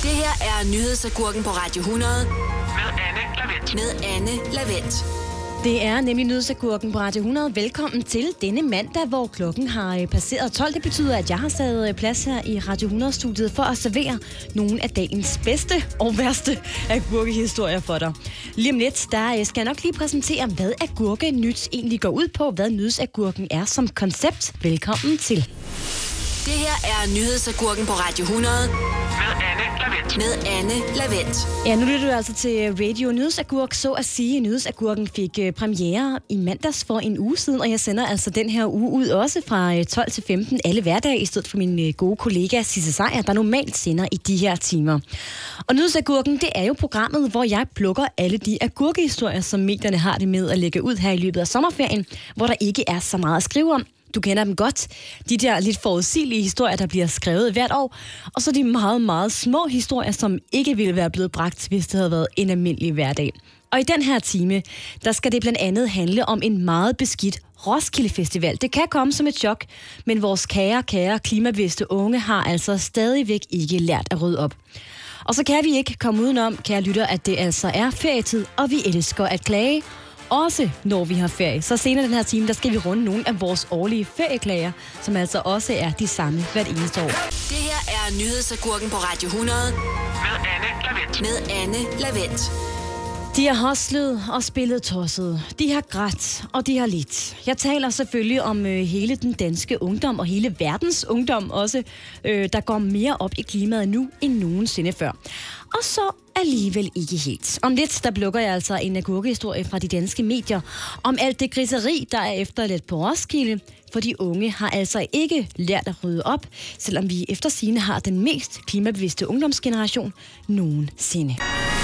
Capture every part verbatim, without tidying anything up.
Det her er Nyhedsagurken på Radio hundrede. Med Anne Lavent. Med Anne Lavent. Det er nemlig Nyhedsagurken på Radio hundrede. Velkommen til denne mandag, hvor klokken har passeret tolv. Det betyder, at jeg har taget plads her i Radio hundrede-studiet for at servere nogle af dagens bedste og værste agurkehistorier for dig. Lige om lidt, der skal jeg nok lige præsentere, hvad Agurke Nyt egentlig går ud på, hvad Nyhedsagurken er som koncept. Velkommen til. Det her er Nyhedsagurken på Radio hundrede. Med Anne Lavent. Med Anne Lavent. Ja, nu lytter du altså til Radio Nyhedsagurk, så at sige. Nyhedsagurken fik premiere i mandags for en uge siden, og jeg sender altså den her uge ud også fra tolv til femten alle hverdage, i stedet for min gode kollega Sisse Sejer, der normalt sender i de her timer. Og Nyhedsagurken, det er jo programmet, hvor jeg plukker alle de agurkehistorier, som medierne har det med at lægge ud her i løbet af sommerferien, hvor der ikke er så meget at skrive om. Du kender dem godt. De der lidt forudsigelige historier, der bliver skrevet hvert år. Og så de meget, meget små historier, som ikke ville være blevet bragt, hvis det havde været en almindelig hverdag. Og i den her time, der skal det blandt andet handle om en meget beskidt Roskilde Festival. Det kan komme som et chok, men vores kære, kære klimabevidste unge har altså stadigvæk ikke lært at rydde op. Og så kan vi ikke komme udenom, kære lytter, at det altså er ferietid, og vi elsker at klage. Også når vi har ferie. Så senere den her time, der skal vi runde nogle af vores årlige ferieklager, som altså også er de samme hvert eneste år. Det her er Nyhedsagurken på Radio hundrede. Med Anne Lavent. Med Anne Lavent. De har hostlet og spillet tosset. De har grædt, og de har lidt. Jeg taler selvfølgelig om øh, hele den danske ungdom, og hele verdens ungdom også, øh, der går mere op i klimaet nu end nogensinde før. Og så alligevel ikke helt. Om lidt, der plukker jeg altså en agurkehistorie fra de danske medier om alt det griseri, der er efterladt på Roskilde. For de unge har altså ikke lært at rydde op, selvom vi efter sigende har den mest klimabevidste ungdomsgeneration nogensinde.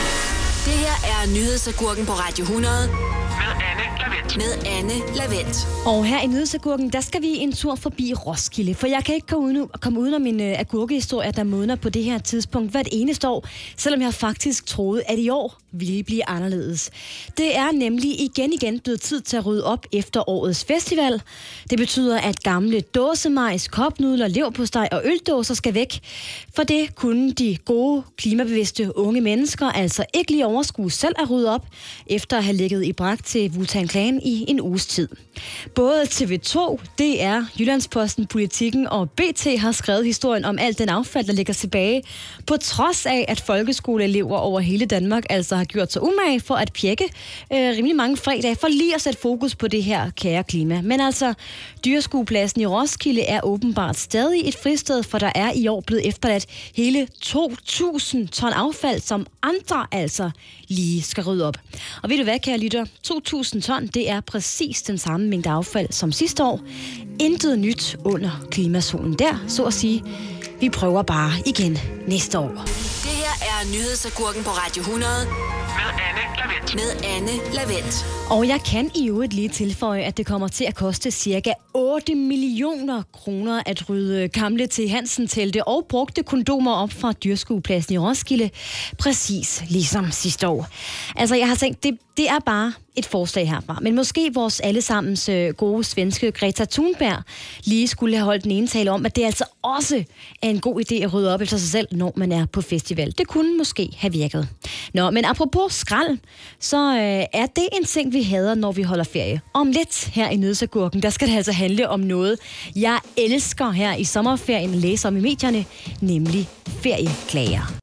Det her er Nyhedsagurken på Radio hundrede. Med Anne Lavent. Med Anne Lavent. Og her i Nyhedsagurken, der skal vi en tur forbi Roskilde, for jeg kan ikke komme uden, komme udenom en uh, agurkehistorie, der modner på det her tidspunkt hvert eneste år, selvom jeg faktisk troede, at i år ville blive anderledes. Det er nemlig igen igen blevet tid til at rydde op efter årets festival. Det betyder, at gamle dåsemajs, kopnudler, leverpostej og øldåser skal væk, for det kunne de gode, klimabevidste unge mennesker altså ikke lige overskue selv at rydde op, efter at have ligget i brak til Wu-Tang Clan i en uges tid. Både T V to, D R, Jyllandsposten, Politikken og B T har skrevet historien om alt den affald, der ligger tilbage, på trods af, at folkeskoleelever over hele Danmark altså har gjort sig umage for at pjekke øh, rimelig mange fredage, for lige at sætte fokus på det her kære klima. Men altså, dyreskuepladsen i Roskilde er åbenbart stadig et fristed, for der er i år blevet efterladt hele to tusind ton affald, som andre altså lige skal rydde op. Og ved du hvad, kære lytter? to tusind ton, det er præcis den samme mængde affald som sidste år. Intet nyt under klimazonen der, så at sige. Vi prøver bare igen næste år. Det her er Nyhedsagurken på Radio hundrede. Med Anne Lavent. Med Anne Lavent. Og jeg kan i øvrigt lige tilføje, at det kommer til at koste cirka otte millioner kroner at rydde gamle T. Hansen-telte og brugte kondomer op fra dyrskuepladsen i Roskilde, præcis ligesom sidste år. Altså, jeg har tænkt, det, det er bare et forslag herfra, men måske vores allesammens øh, gode svenske Greta Thunberg lige skulle have holdt en enetale om, at det altså også er en god idé at rydde op efter sig selv, når man er på festival. Det kunne måske have virket. Nå, men apropos skrald, så øh, er det en ting, vi hader, når vi holder ferie. Om lidt her i Nyhedsagurken, der skal det altså handle om noget, jeg elsker her i sommerferien, læser om i medierne, nemlig ferieklager.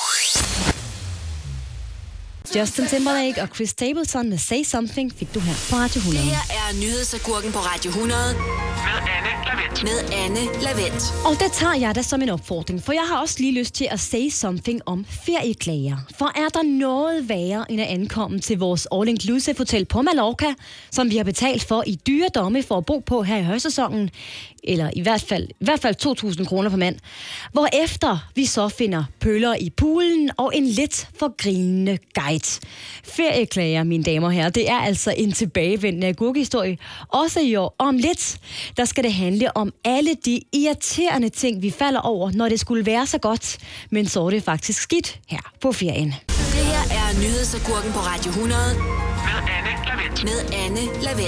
Justin Timberlake og Chris Stapleton med Say Something fik du her på Radio hundrede. Det her er Nyhedsagurken på Radio hundrede. Med Anne Lavent. Med Anne Lavent. Og det tager jeg da som en opfordring, for jeg har også lige lyst til at say something om ferieklager. For er der noget værre end at ankomme til vores all-inclusive hotel på Mallorca, som vi har betalt for i dyre domme for at bo på her i højsæsonen, eller i hvert fald, i hvert fald to tusind kroner per mand, hvorefter vi så finder pøller i poolen og en lidt for grinende guide. Ferieklager, mine damer og herrer, det er altså en tilbagevendende agurkehistorie, også i år. Om lidt, der skal det handle om alle de irriterende ting, vi falder over, når det skulle være så godt, men så er det faktisk skidt her på ferien. Det her er Nyhedsagurken på Radio hundrede. Med Anne Lavent. Med Anne Lavent.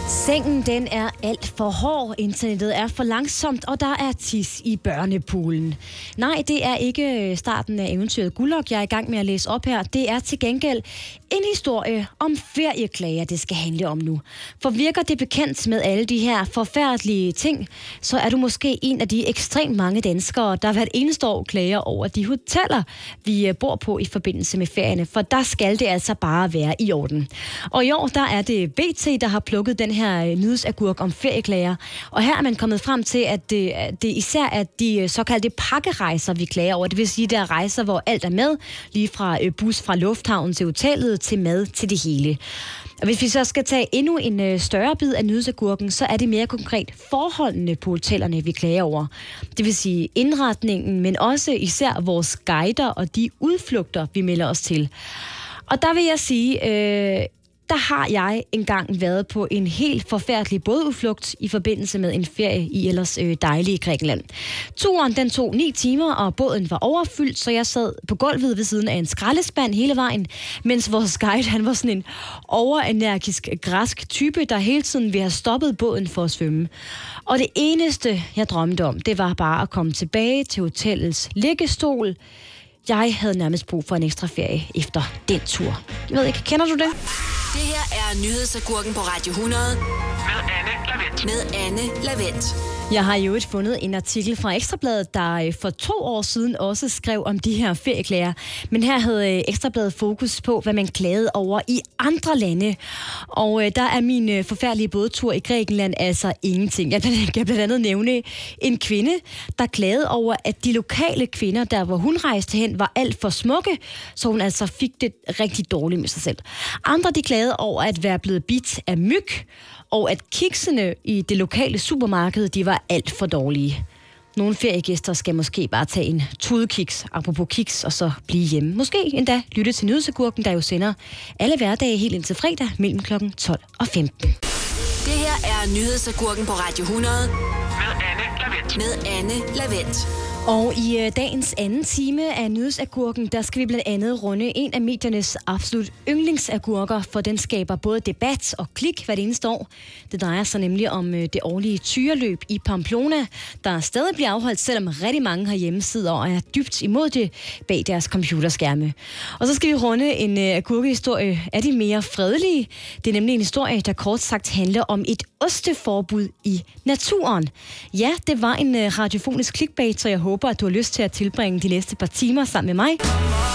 Sengen, den er alt for hård, internettet er for langsomt, og der er tis i børnepoolen. Nej, det er ikke starten af eventyret Guldlok, jeg er i gang med at læse op her. Det er til gengæld en historie om ferieklager, det skal handle om nu. For virker det bekendt med alle de her forfærdelige ting, så er du måske en af de ekstremt mange danskere, der hvert eneste år klager over de hoteller, vi bor på i forbindelse med ferierne. For der skal det altså bare være i orden. Og i år, der er det B T, der har plukket den her nyhedsagurk om ferieklager. Og her er man kommet frem til, at det, det især er de såkaldte pakkerejser, vi klager over. Det vil sige, der er rejser, hvor alt er med, lige fra bus fra lufthavnen til hotellet, til mad, til det hele. Og hvis vi så skal tage endnu en større bid af nyhedsagurken, så er det mere konkret forholdene på hotellerne, vi klager over. Det vil sige indretningen, men også især vores guider og de udflugter, vi melder os til. Og der vil jeg sige, øh, der har jeg engang været på en helt forfærdelig bådudflugt i forbindelse med en ferie i ellers øh, dejlige Grækenland. Turen den tog ni timer, og båden var overfyldt, så jeg sad på gulvet ved siden af en skraldespand hele vejen, mens vores guide han var sådan en overenergisk græsk type, der hele tiden ville have stoppet båden for at svømme. Og det eneste, jeg drømte om, det var bare at komme tilbage til hotellets liggestol. Jeg havde nærmest brug for en ekstra ferie efter den tur. Jeg ved ikke, kender du det? Det her er nyhedsagurken på Radio hundrede Med Anne Lavent. med Anne Lavent. Jeg har jo fundet en artikel fra Ekstrabladet, der for to år siden også skrev om de her ferieklager. Men her havde Ekstrabladet fokus på, hvad man klagede over i andre lande. Og der er min forfærdelige bådtur i Grækenland altså ingenting. Jeg kan blandt andet nævne en kvinde, der klagede over, at de lokale kvinder, der hvor hun rejste hen, var alt for smukke, så hun altså fik det rigtig dårligt med sig selv. Andre de klagede over at være blevet bidt af myg, og at kiksene i det lokale supermarked, de var alt for dårlige. Nogle feriegæster skal måske bare tage en tudekiks, apropos kiks, og så blive hjemme. Måske endda lytte til nyhedsagurken, der jo sender alle hverdage helt indtil fredag mellem klokken tolv og femten. Det her er nyhedsagurken på Radio hundrede Med Anne Lavent. med Anne Lavent. Og i øh, dagens anden time af nyhedsagurken, der skal vi blandt andet runde en af mediernes absolut yndlingsagurker, for den skaber både debat og klik hvert eneste år. Det drejer sig nemlig om øh, det årlige tyreløb i Pamplona, der stadig bliver afholdt, selvom rigtig mange herhjemme sidder og er dybt imod det bag deres computerskærme. Og så skal vi runde en øh, agurkehistorie af de mere fredelige. Det er nemlig en historie, der kort sagt handler om et osteforbud i naturen. Ja, det var en øh, radiofonisk clickbait, så jeg håber, håber, at du har lyst til at tilbringe de næste par timer sammen med mig. Det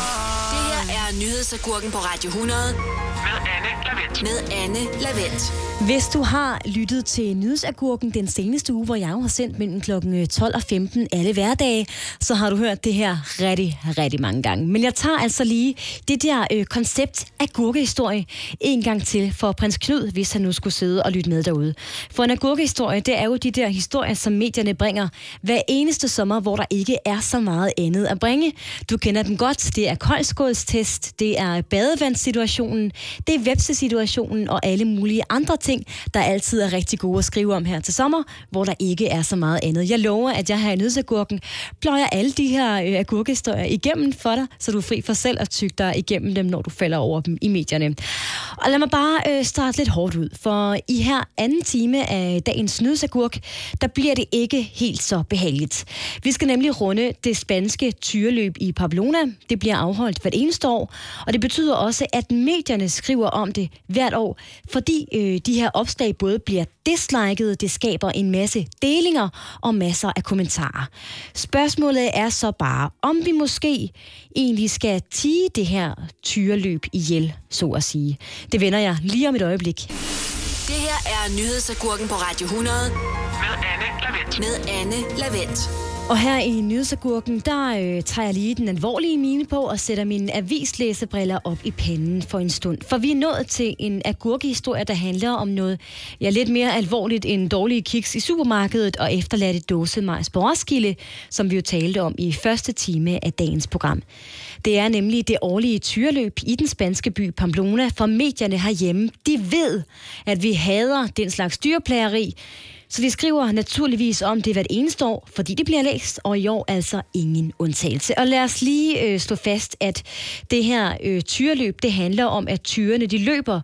her er nyhedsagurken på Radio hundrede Med Anne Lavent. med Anne Lavent. Hvis du har lyttet til nyhedsagurken den seneste uge, hvor jeg har sendt mellem klokken tolv og femten alle hverdage, så har du hørt det her rigtig, rigtig mange gange. Men jeg tager altså lige det der øh, koncept agurkehistorie en gang til for prins Knud, hvis han nu skulle sidde og lytte med derude. For en agurkehistorie, det er jo de der historier, som medierne bringer hver eneste sommer, hvor der ikke er så meget andet at bringe. Du kender den godt. Det er koldskålstest, det er badevandssituationen, det er vepsesituationen og alle mulige andre ting, der altid er rigtig gode at skrive om her til sommer, hvor der ikke er så meget andet. Jeg lover, at jeg her i nyhedsagurken pløjer alle de her øh, agurkehistorier igennem for dig, så du er fri for selv at tygge dig igennem dem, når du falder over dem i medierne. Og lad mig bare øh, starte lidt hårdt ud, for i her anden time af dagens nyhedsagurk, der bliver det ikke helt så behageligt. Vi skal nemlig runde det spanske tyreløb i Pamplona. Det bliver afholdt hvert eneste år, og det betyder også, at medierne skriver om det hvert år, fordi øh, de her opslag både bliver disliket, det skaber en masse delinger og masser af kommentarer. Spørgsmålet er så bare, om vi måske egentlig skal tie det her tyreløb ihjel, så at sige. Det vender jeg lige om et øjeblik. Det her er nyhedsagurken på Radio hundrede Med Anne Lavent. med Anne Lavent. Og her i nyhedsagurken, der øh, tager jeg lige den alvorlige mine på og sætter mine avislæsebriller op i panden for en stund. For vi er nået til en agurkehistorie, der handler om noget ja, lidt mere alvorligt end dårlige kiks i supermarkedet og efterladte dåsemajs på Roskilde, som vi jo talte om i første time af dagens program. Det er nemlig det årlige tyreløb i den spanske by Pamplona, for medierne herhjemme, de ved, at vi hader den slags dyrplageri. Så de skriver naturligvis om det hvert eneste år, fordi det bliver læst, og i år altså ingen undtagelse. Og lad os lige øh, slå fast, at det her øh, tyreløb, det handler om, at tyrene de løber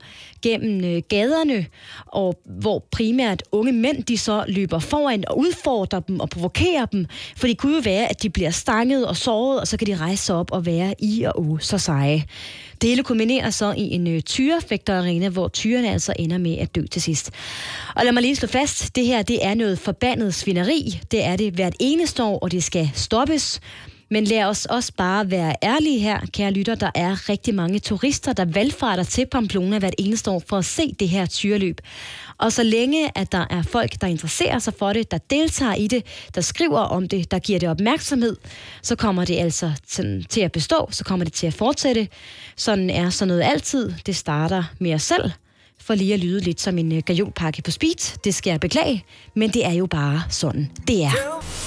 gennem øh, gaderne, og hvor primært unge mænd, de så løber foran og udfordrer dem og provokerer dem, for det kunne jo være, at de bliver stanget og såret, og så kan de rejse sig op og være i og o så seje. Det hele kulminerer så i en øh, tyrefægterarena, hvor tyrene altså ender med at dø til sidst. Og lad mig lige slå fast, det her det er noget forbandet svineri. Det er det hvert eneste år, og det skal stoppes. Men lad os også bare være ærlige her, kære lytter. Der er rigtig mange turister, der valfarter til Pamplona hvert eneste år for at se det her tyreløb. Og så længe, at der er folk, der interesserer sig for det, der deltager i det, der skriver om det, der giver det opmærksomhed, så kommer det altså til at bestå, så kommer det til at fortsætte. Sådan er sådan noget altid. Det starter med os selv, for lige at lyde lidt som en gajolpakke på speed. Det skal jeg beklage, men det er jo bare sådan, det er.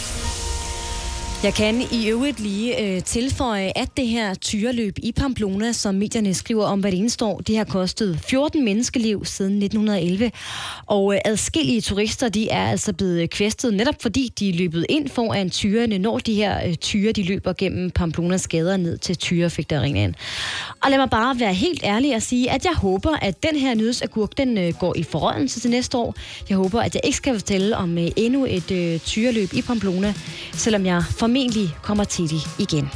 Jeg kan i øvrigt lige øh, tilføje, at det her tyreløb i Pamplona, som medierne skriver om hvert eneste år, det har kostet fjorten menneskeliv siden nitten elleve. Og øh, adskillige turister, de er altså blevet kvæstet, netop fordi de er løbet ind foran tyrene, når de her øh, tyre, de løber gennem Pamplonas gader ned til tyrefægterarenaen. Og lad mig bare være helt ærlig og sige, at jeg håber, at den her nyhedsagurk, den øh, går i forrådnelse til næste år. Jeg håber, at jeg ikke skal fortælle om øh, endnu et øh, tyreløb i Pamplona, selvom jeg formentlig kommer til det igen.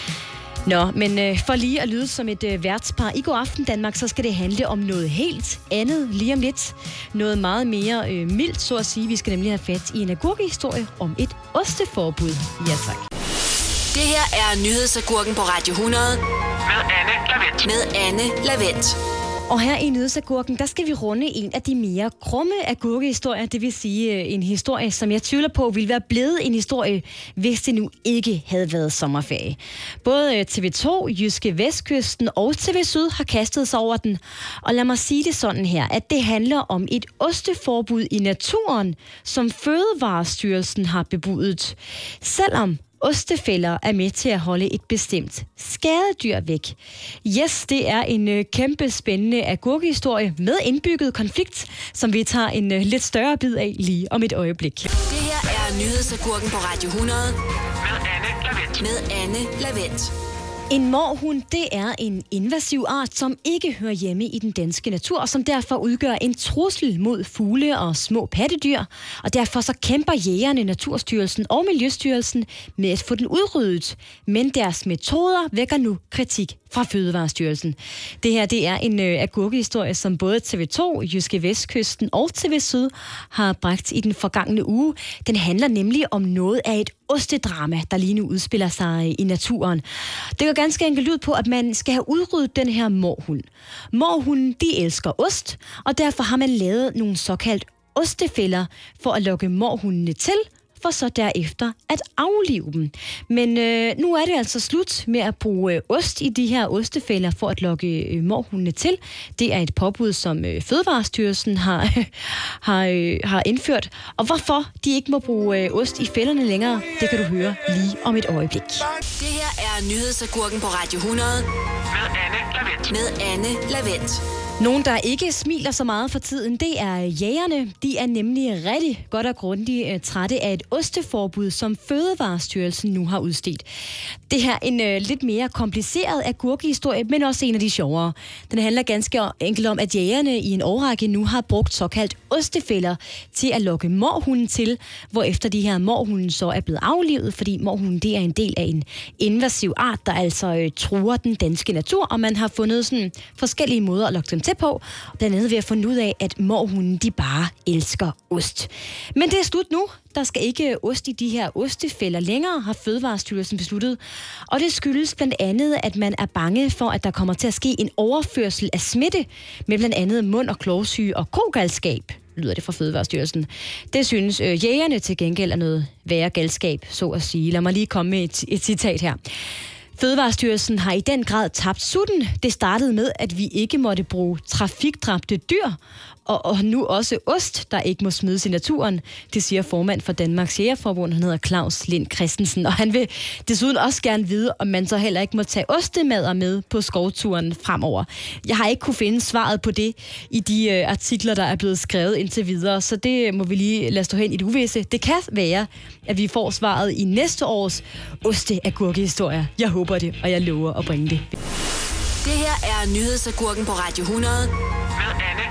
Nå, men øh, for lige at lyde som et øh, værtspar i God Aften Danmark, så skal det handle om noget helt andet lige om lidt. Noget meget mere øh, mildt, så at sige. Vi skal nemlig have fat i en agurkehistorie om et osteforbud. Ja, tak. Det her er nyhedsagurken på Radio hundrede Med Anne Lavent. med Anne Lavent. Og her i nyhedsagurken, der skal vi runde en af de mere grumme agurkehistorier. Det vil sige en historie, som jeg tvivler på ville være blevet en historie, hvis det nu ikke havde været sommerferie. Både T V to, Jyske Vestkysten og T V Syd har kastet sig over den. Og lad mig sige det sådan her, at det handler om et osteforbud i naturen, som Fødevarestyrelsen har bebudet. Selvom ostefælder er med til at holde et bestemt skadedyr væk. Yes, det er en øh, kæmpe spændende agurkehistorie med indbygget konflikt, som vi tager en øh, lidt større bid af lige om et øjeblik. Det her er nyhedsagurken på Radio hundrede Med Anne Lavent. med Anne Lavent. En mårhund, det er en invasiv art, som ikke hører hjemme i den danske natur, og som derfor udgør en trussel mod fugle og små pattedyr. Og derfor så kæmper jægerne, Naturstyrelsen og Miljøstyrelsen med at få den udryddet. Men deres metoder vækker nu kritik fra Fødevarestyrelsen. Det her, det er en øh, agurkehistorie, som både T V to, Jyske Vestkysten og T V Syd har bragt i den forgangne uge. Den handler nemlig om noget af et ostedrama, der lige nu udspiller sig i naturen. Det går ganske enkelt ud på, at man skal have udryddet den her mårhund. Mårhunden, de elsker ost, og derfor har man lavet nogle såkaldt ostefælder for at lokke mårhundene til, for så derefter at aflive dem. Men øh, nu er det altså slut med at bruge øh, ost i de her ostefælder for at lokke øh, mårhundene til. Det er et påbud, som øh, Fødevarestyrelsen har, har, øh, har indført. Og hvorfor de ikke må bruge øh, ost i fælderne længere, det kan du høre lige om et øjeblik. Det her er nyhedsagurken på Radio hundrede Med Anne Lavent. med Anne Lavent. Nogen, der ikke smiler så meget for tiden, det er jægerne. De er nemlig rigtig godt og grundigt uh, trætte af et osteforbud, som Fødevarestyrelsen nu har udstedt. Det her er en uh, lidt mere kompliceret agurkehistorie, men også en af de sjovere. Den handler ganske enkelt om, at jægerne i en årrække nu har brugt såkaldt ostefælder til at lokke mårhunden til, hvorefter de her mårhunden så er blevet aflivet, fordi mårhunden det er en del af en invasiv art, der altså uh, truer den danske natur, og man har fundet sådan forskellige måder at lokke dem til på, blandt andet ved at finde ud af, at mårhunden de bare elsker ost. Men det er slut nu. Der skal ikke ost i de her ostefælder længere, har Fødevarestyrelsen besluttet. Og det skyldes blandt andet, at man er bange for, at der kommer til at ske en overførsel af smitte med blandt andet mund- og klovsyge og kogalskab, lyder det fra Fødevarestyrelsen. Det synes øh, jægerne til gengæld er noget værre galskab, så at sige. Lad mig lige komme med et, et citat her. Fødevarestyrelsen har i den grad tabt sutten. Det startede med, at vi ikke måtte bruge trafikdræbte dyr, og, og nu også ost, der ikke må smides i naturen. Det siger formand for Danmarks Jægerforbund, han hedder Claus Lind Christensen, og han vil desuden også gerne vide, om man så heller ikke må tage ostemader med på skovturen fremover. Jeg har ikke kunne finde svaret på det i de øh, artikler, der er blevet skrevet indtil videre, så det må vi lige lade stå hen i det uvisse. Det kan være, at vi får svaret i næste års osteagurkehistorie. Jeg håber det, og jeg lover at bringe det. Det her er nyhedsagurken på Radio hundrede Med Anne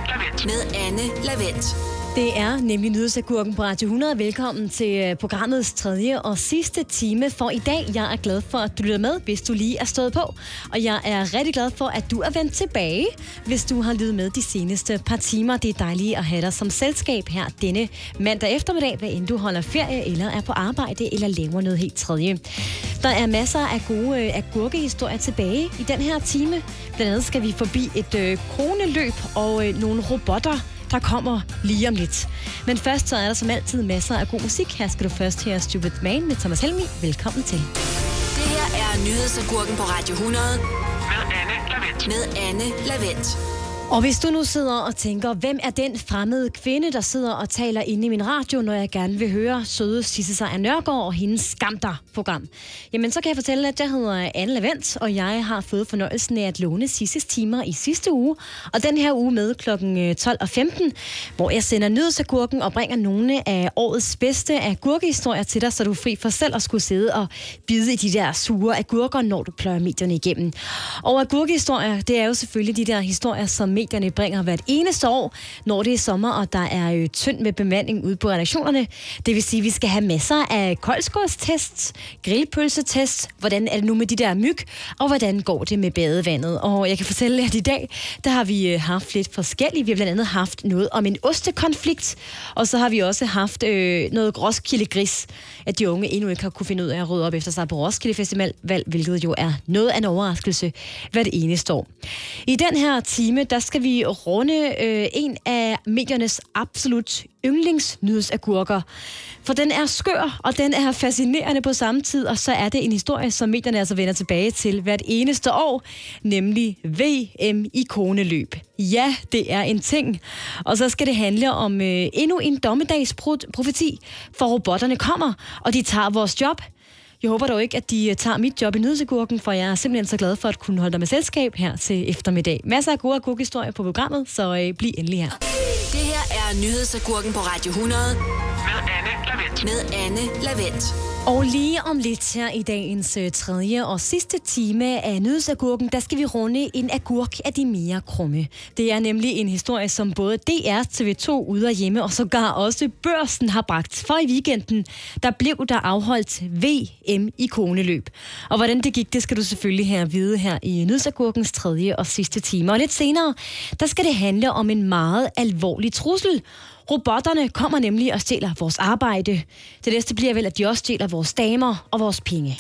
Med Anne Lavendt. Det er nemlig Nyhedsagurken på Radio hundrede. Velkommen til programmets tredje og sidste time for i dag. Jeg er glad for, at du lytter med, hvis du lige er stået på. Og jeg er rigtig glad for, at du er vendt tilbage, hvis du har lyttet med de seneste par timer. Det er dejligt at have dig som selskab her denne mandag eftermiddag, hvad end du holder ferie, eller er på arbejde, eller laver noget helt tredje. Der er masser af gode agurkehistorier tilbage i den her time. Blandt andet skal vi forbi et øh, kroneløb og øh, nogle robotter, der kommer lige om lidt. Men først så er der som altid masser af god musik. Her skal du først høre Stupid Man med Thomas Helmi. Velkommen til. Det her er Nyhedsagurken på Radio hundrede. Med Anne Lavendt. Med Anne Lavendt. Og hvis du nu sidder og tænker, hvem er den fremmede kvinde, der sidder og taler inde i min radio, når jeg gerne vil høre søde Sisse Sejer Nørgaard og hendes Skam dig-program, jamen så kan jeg fortælle, at jeg hedder Anne Lavendt, og jeg har fået fornøjelsen af at låne Sisses timer i sidste uge, og den her uge med klokken tolv og femten, hvor jeg sender Nyhedsagurken og bringer nogle af årets bedste agurkehistorier til dig, så du er fri for selv at skulle sidde og bide i de der sure agurker, når du pløjer medierne igennem. Og agurkehistorier, det er jo selvfølgelig de der historier, som medierne bringer hvert eneste år, når det er sommer, og der er jo tynd med bemanding ude på redaktionerne. Det vil sige, at vi skal have masser af koldskårstests, grillpølsetests, hvordan er det nu med de der myg, og hvordan går det med badevandet. Og jeg kan fortælle, at i dag, der har vi haft lidt forskellige. Vi har blandt andet haft noget om en ostekonflikt, og så har vi også haft øh, noget Roskilde Gris, at de unge endnu ikke har kunne finde ud af at rydde op efter sig på Roskilde Festival, hvilket jo er noget af en overraskelse hvert eneste år. I den her time, der skal vi runde øh, en af mediernes absolut yndlingsnyhedsagurker. For den er skør, og den er fascinerende på samme tid, og så er det en historie, som medierne altså vender tilbage til hvert eneste år, nemlig V M i koneløb. Ja, det er en ting. Og så skal det handle om øh, endnu en dommedagsprofeti, for robotterne kommer, og de tager vores job. Jeg håber dog ikke, at de tager mit job i Nyhedsagurken, for jeg er simpelthen så glad for at kunne holde dig med selskab her til eftermiddag. Masser af gode agurkehistorier på programmet, så øh, bliv endelig her. Det her er Nyhedsagurken på Radio hundrede. Med Anne Lavendt. Med Anne Lavendt. Og lige om lidt her i dagens øh, tredje og sidste time af Nyhedsagurken, der skal vi runde en agurk af de mere krumme. Det er nemlig en historie, som både D R, T V to, Ude og Hjemme og sågar også Børsen har bragt. For i weekenden, der blev der afholdt V M i koneløb. Og hvordan det gik, det skal du selvfølgelig have at vide her i Nyhedsagurkens tredje og sidste time. Og lidt senere, der skal det handle om en meget alvorlig trussel. Robotterne kommer nemlig og stjæler vores arbejde. Det næste bliver vel, at de også stjæler vores damer og vores penge.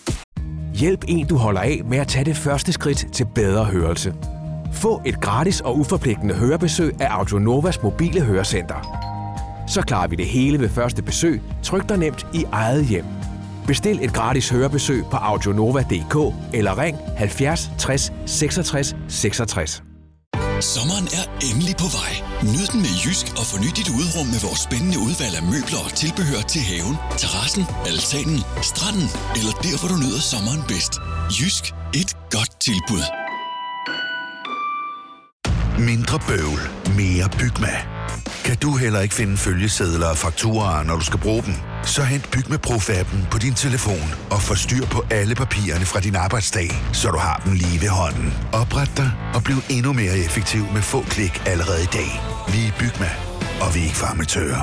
Hjælp en, du holder af med at tage det første skridt til bedre hørelse. Få et gratis og uforpligtende hørebesøg af Audionovas mobile hørecenter. Så klarer vi det hele ved første besøg, tryk dig nemt i eget hjem. Bestil et gratis hørebesøg på audionova punktum d k eller ring halvfjerds tres seksogtres seksogtres. Sommeren er endelig på vej. Nyd den med Jysk og forny dit uderum med vores spændende udvalg af møbler og tilbehør til haven, terrassen, altanen, stranden eller der, hvor du nyder sommeren bedst. Jysk. Et godt tilbud. Mindre bøvl. Mere Bygma. Kan du heller ikke finde følgesedler og fakturaer, når du skal bruge dem? Så hent Bygma Pro-appen på din telefon og få styr på alle papirerne fra din arbejdsdag, så du har dem lige ved hånden. Opret dig og bliv endnu mere effektiv med få klik allerede i dag. Vi er Bygma, og vi er ikke farmatører.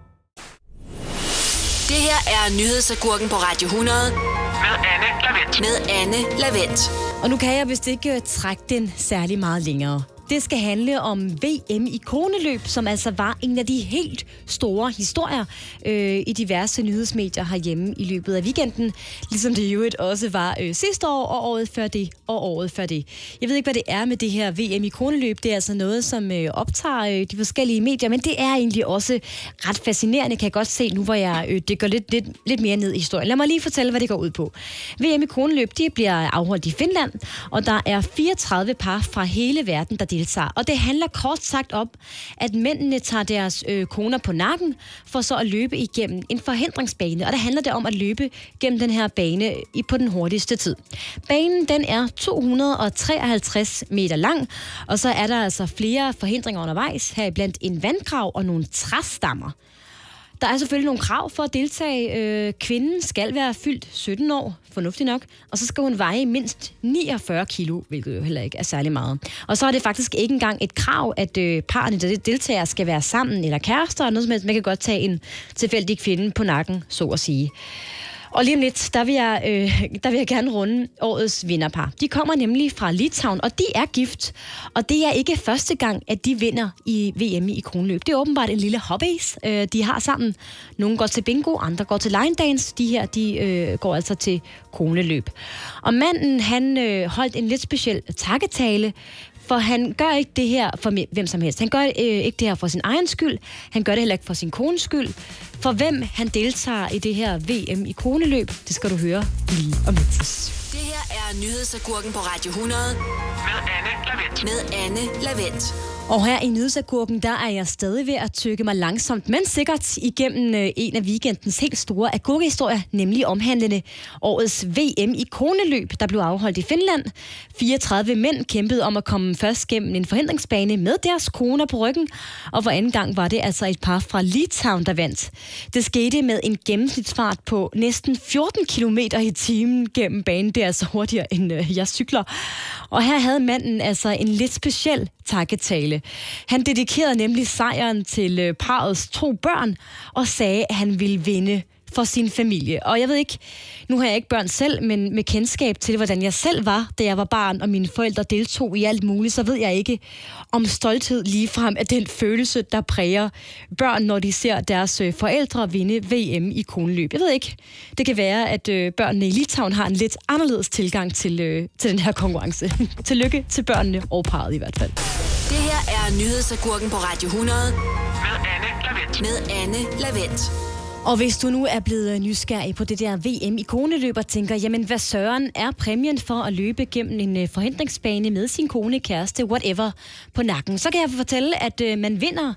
Det her er Nyhedsagurken på Radio hundrede. Med Anne Lavendt. Med Anne Lavendt. Og nu kan jeg vist ikke trække den særlig meget længere. Det skal handle om V M i koneløb, som altså var en af de helt store historier øh, i diverse nyhedsmedier herhjemme i løbet af weekenden. Ligesom det jo også var øh, sidste år, og året før det, og året før det. Jeg ved ikke, hvad det er med det her V M i koneløb. Det er altså noget, som øh, optager øh, de forskellige medier, men det er egentlig også ret fascinerende, kan jeg godt se nu, hvor jeg øh, dykker lidt, lidt, lidt mere ned i historien. Lad mig lige fortælle, hvad det går ud på. V M i koneløb, de bliver afholdt i Finland, og der er fireogtredive par fra hele verden, der deltager. Og det handler kort sagt om, at mændene tager deres øh, koner på nakken, for så at løbe igennem en forhindringsbane. Og der handler det om at løbe gennem den her bane i, på den hurtigste tid. Banen, den er to hundrede og treoghalvtreds meter lang, og så er der altså flere forhindringer undervejs, heriblandt en vandgrav og nogle træstammer. Der er selvfølgelig nogle krav for at deltage. Øh, kvinden skal være fyldt sytten år, fornuftigt nok, og så skal hun veje mindst niogfyrre kilo, hvilket jo heller ikke er særlig meget. Og så er det faktisk ikke engang et krav, at øh, parerne, der deltager, skal være sammen eller kærester, og noget som helst. Man kan godt tage en tilfældig kvinde på nakken, så at sige. Og lige om lidt, der vil, jeg, øh, der vil jeg gerne runde årets vinderpar. De kommer nemlig fra Litauen, og de er gift. Og det er ikke første gang, at de vinder i V M i kroneløb. Det er åbenbart en lille hobby, øh, de har sammen. Nogle går til bingo, andre går til line dance. De her, de øh, går altså til kroneløb. Og manden, han øh, holdt en lidt speciel takketale, for han gør ikke det her for hvem som helst. Han gør øh, ikke det her for sin egen skyld. Han gør det heller ikke for sin kones skyld. For hvem han deltager i det her V M i kroneløb, det skal du høre lige om lidt. Det her er Nyhedsagurken på Radio hundrede Med Anne Lavendt. med Anne Lavendt. Og her i Nyhedsagurken, der er jeg stadig ved at tykke mig langsomt, men sikkert igennem øh, en af weekendens helt store agurkehistorier, nemlig omhandlende årets V M i kroneløb, der blev afholdt i Finland. fireogtredive mænd kæmpede om at komme først gennem en forhindringsbane med deres koner på ryggen, og for anden gang var det altså et par fra Litauen, der vandt. Det skete med en gennemsnitsfart på næsten fjorten kilometer i timen gennem banen. Det er altså hurtigere, end øh, jeg cykler. Og her havde manden altså en lidt speciel takketale. Han dedikerede nemlig sejren til øh, parrets to børn og sagde, at han ville vinde for sin familie. Og jeg ved ikke, nu har jeg ikke børn selv, men med kendskab til, hvordan jeg selv var, da jeg var barn, og mine forældre deltog i alt muligt, så ved jeg ikke, om stolthed ligefrem er den følelse, der præger børn, når de ser deres øh, forældre vinde V M i kroneløb. Jeg ved ikke. Det kan være, at øh, børnene i Litauen har en lidt anderledes tilgang til, øh, til den her konkurrence. Tillykke til børnene og parret i hvert fald. Det her er Nyhedsagurken på Radio hundrede Med Anne Lavendt. med Anne Lavendt. Og hvis du nu er blevet nysgerrig på det der V M i koneløb og tænker, jamen hvad søren er præmien for at løbe gennem en forhindringsbane med sin kone, kæreste, whatever, på nakken, så kan jeg fortælle, at øh, man vinder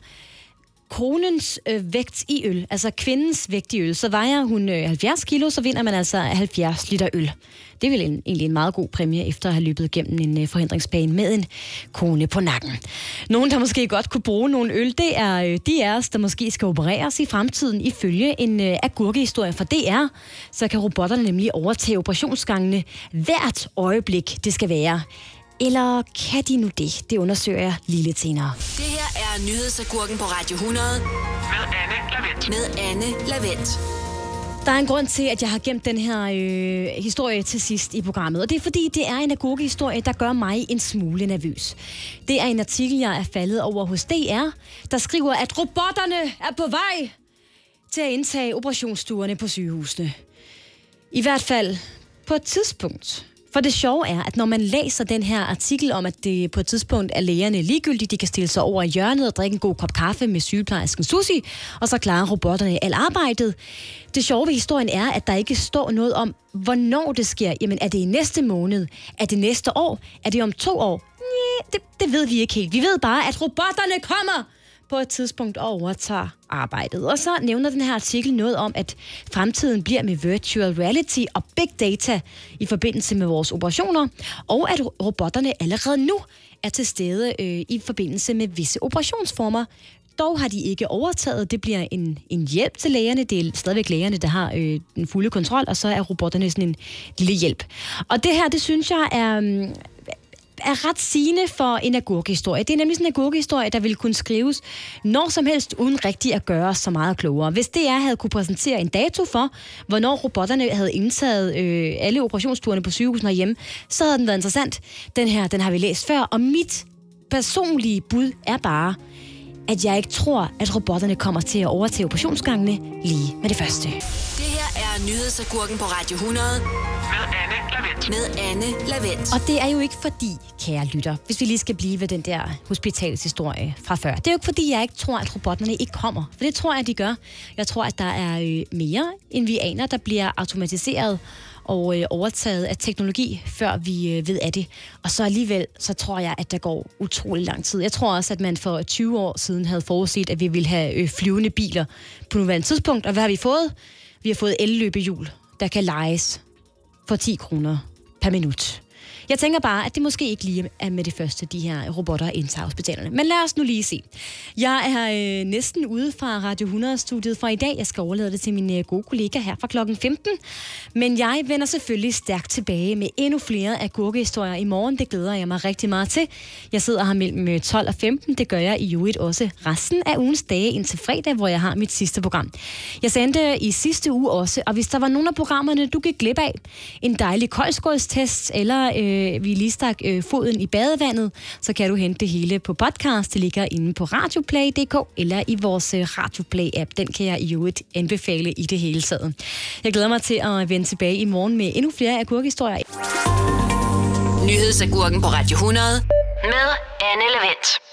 konens øh, vægt i øl, altså kvindens vægt i øl. Så vejer hun øh, halvfjerds kilo, så vinder man altså halvfjerds liter øl. Det er vel en, egentlig en meget god præmie, efter at have løbet gennem en øh, forhindringsbane med en kone på nakken. Nogen, der måske godt kunne bruge nogle øl, det er øh, de af os, der måske skal opereres i fremtiden ifølge en øh, agurkehistorie fra D R. Så kan robotterne nemlig overtage operationsgangene hvert øjeblik, det skal være. Eller kan de nu det? Det undersøger jeg lige lidt senere. Det her er Nyhedsagurken på Radio hundrede Med Anne Lavendt. med Anne Lavendt. Der er en grund til, at jeg har gemt den her øh, historie til sidst i programmet, og det er fordi, det er en agurkehistorie, der gør mig en smule nervøs. Det er en artikel, jeg er faldet over hos D R, der skriver, at robotterne er på vej til at indtage operationsstuerne på sygehusene. I hvert fald på et tidspunkt. For det sjove er, at når man læser den her artikel om, at det på et tidspunkt er lægerne ligegyldigt, de kan stille sig over i hjørnet og drikke en god kop kaffe med sygeplejersken Susie, og så klarer robotterne alt arbejdet. Det sjove ved historien er, at der ikke står noget om, hvornår det sker. Jamen, er det i næste måned? Er det næste år? Er det om to år? Næh, det, det ved vi ikke helt. Vi ved bare, at robotterne kommer på et tidspunkt overtager arbejdet. Og så nævner den her artikel noget om, at fremtiden bliver med virtual reality og big data i forbindelse med vores operationer, og at robotterne allerede nu er til stede øh, i forbindelse med visse operationsformer. Dog har de ikke overtaget. Det bliver en, en hjælp til lægerne. Det er stadigvæk lægerne, der har øh, den fulde kontrol, og så er robotterne sådan en lille hjælp. Og det her, det synes jeg er... Øh, er ret sigende for en agurkehistorie. Det er nemlig sådan en agurkehistorie, der ville kunne skrives når som helst, uden rigtig at gøre så meget klogere. Hvis D R havde kunne præsentere en dato for, hvornår robotterne havde indtaget øh, alle operationsturene på sygehusene hjemme, så havde den været interessant. Den her, den har vi læst før, og mit personlige bud er bare, at jeg ikke tror, at robotterne kommer til at overtage operationsgangene lige med det første. Det her er Nyhedsagurken på Radio hundrede Med Anne Lavendt. med Anne Lavendt. Og det er jo ikke fordi, kære lytter, hvis vi lige skal blive ved den der hospitalshistorie fra før. Det er jo ikke fordi, jeg ikke tror, at robotterne ikke kommer. For det tror jeg, de gør. Jeg tror, at der er øh, mere, end vi aner, der bliver automatiseret og øh, overtaget af teknologi, før vi øh, ved af det. Og så alligevel, så tror jeg, at der går utrolig lang tid. Jeg tror også, at man for tyve år siden havde forudset, at vi ville have øh, flyvende biler på nuværende tidspunkt. Og hvad har vi fået? Vi har fået elløbehjul, der kan lejes for ti kroner per minut. Jeg tænker bare, at det måske ikke lige er med det første, de her robotter indtager hospitalerne. Men lad os nu lige se. Jeg er øh, næsten ude fra Radio hundrede-studiet for i dag. Jeg skal overlade det til min øh, gode kollega her fra klokken femten. Men jeg vender selvfølgelig stærkt tilbage med endnu flere agurkehistorier i morgen. Det glæder jeg mig rigtig meget til. Jeg sidder her mellem tolv og femten. Det gør jeg i øvrigt også resten af ugens dage indtil fredag, hvor jeg har mit sidste program. Jeg sendte i sidste uge også, og hvis der var nogle af programmerne, du gik glip af, en dejlig koldskålstest, eller øh, vi lige stak øh, foden i badevandet, så kan du hente det hele på podcast. Det ligger inde på radioplay punktum d k eller i vores øh, Radioplay-app. Den kan jeg i øvrigt anbefale i det hele taget. Jeg glæder mig til at vende tilbage i morgen med endnu flere agurkehistorier. Nyhedsagurken på Radio hundrede med Anne Lavendt.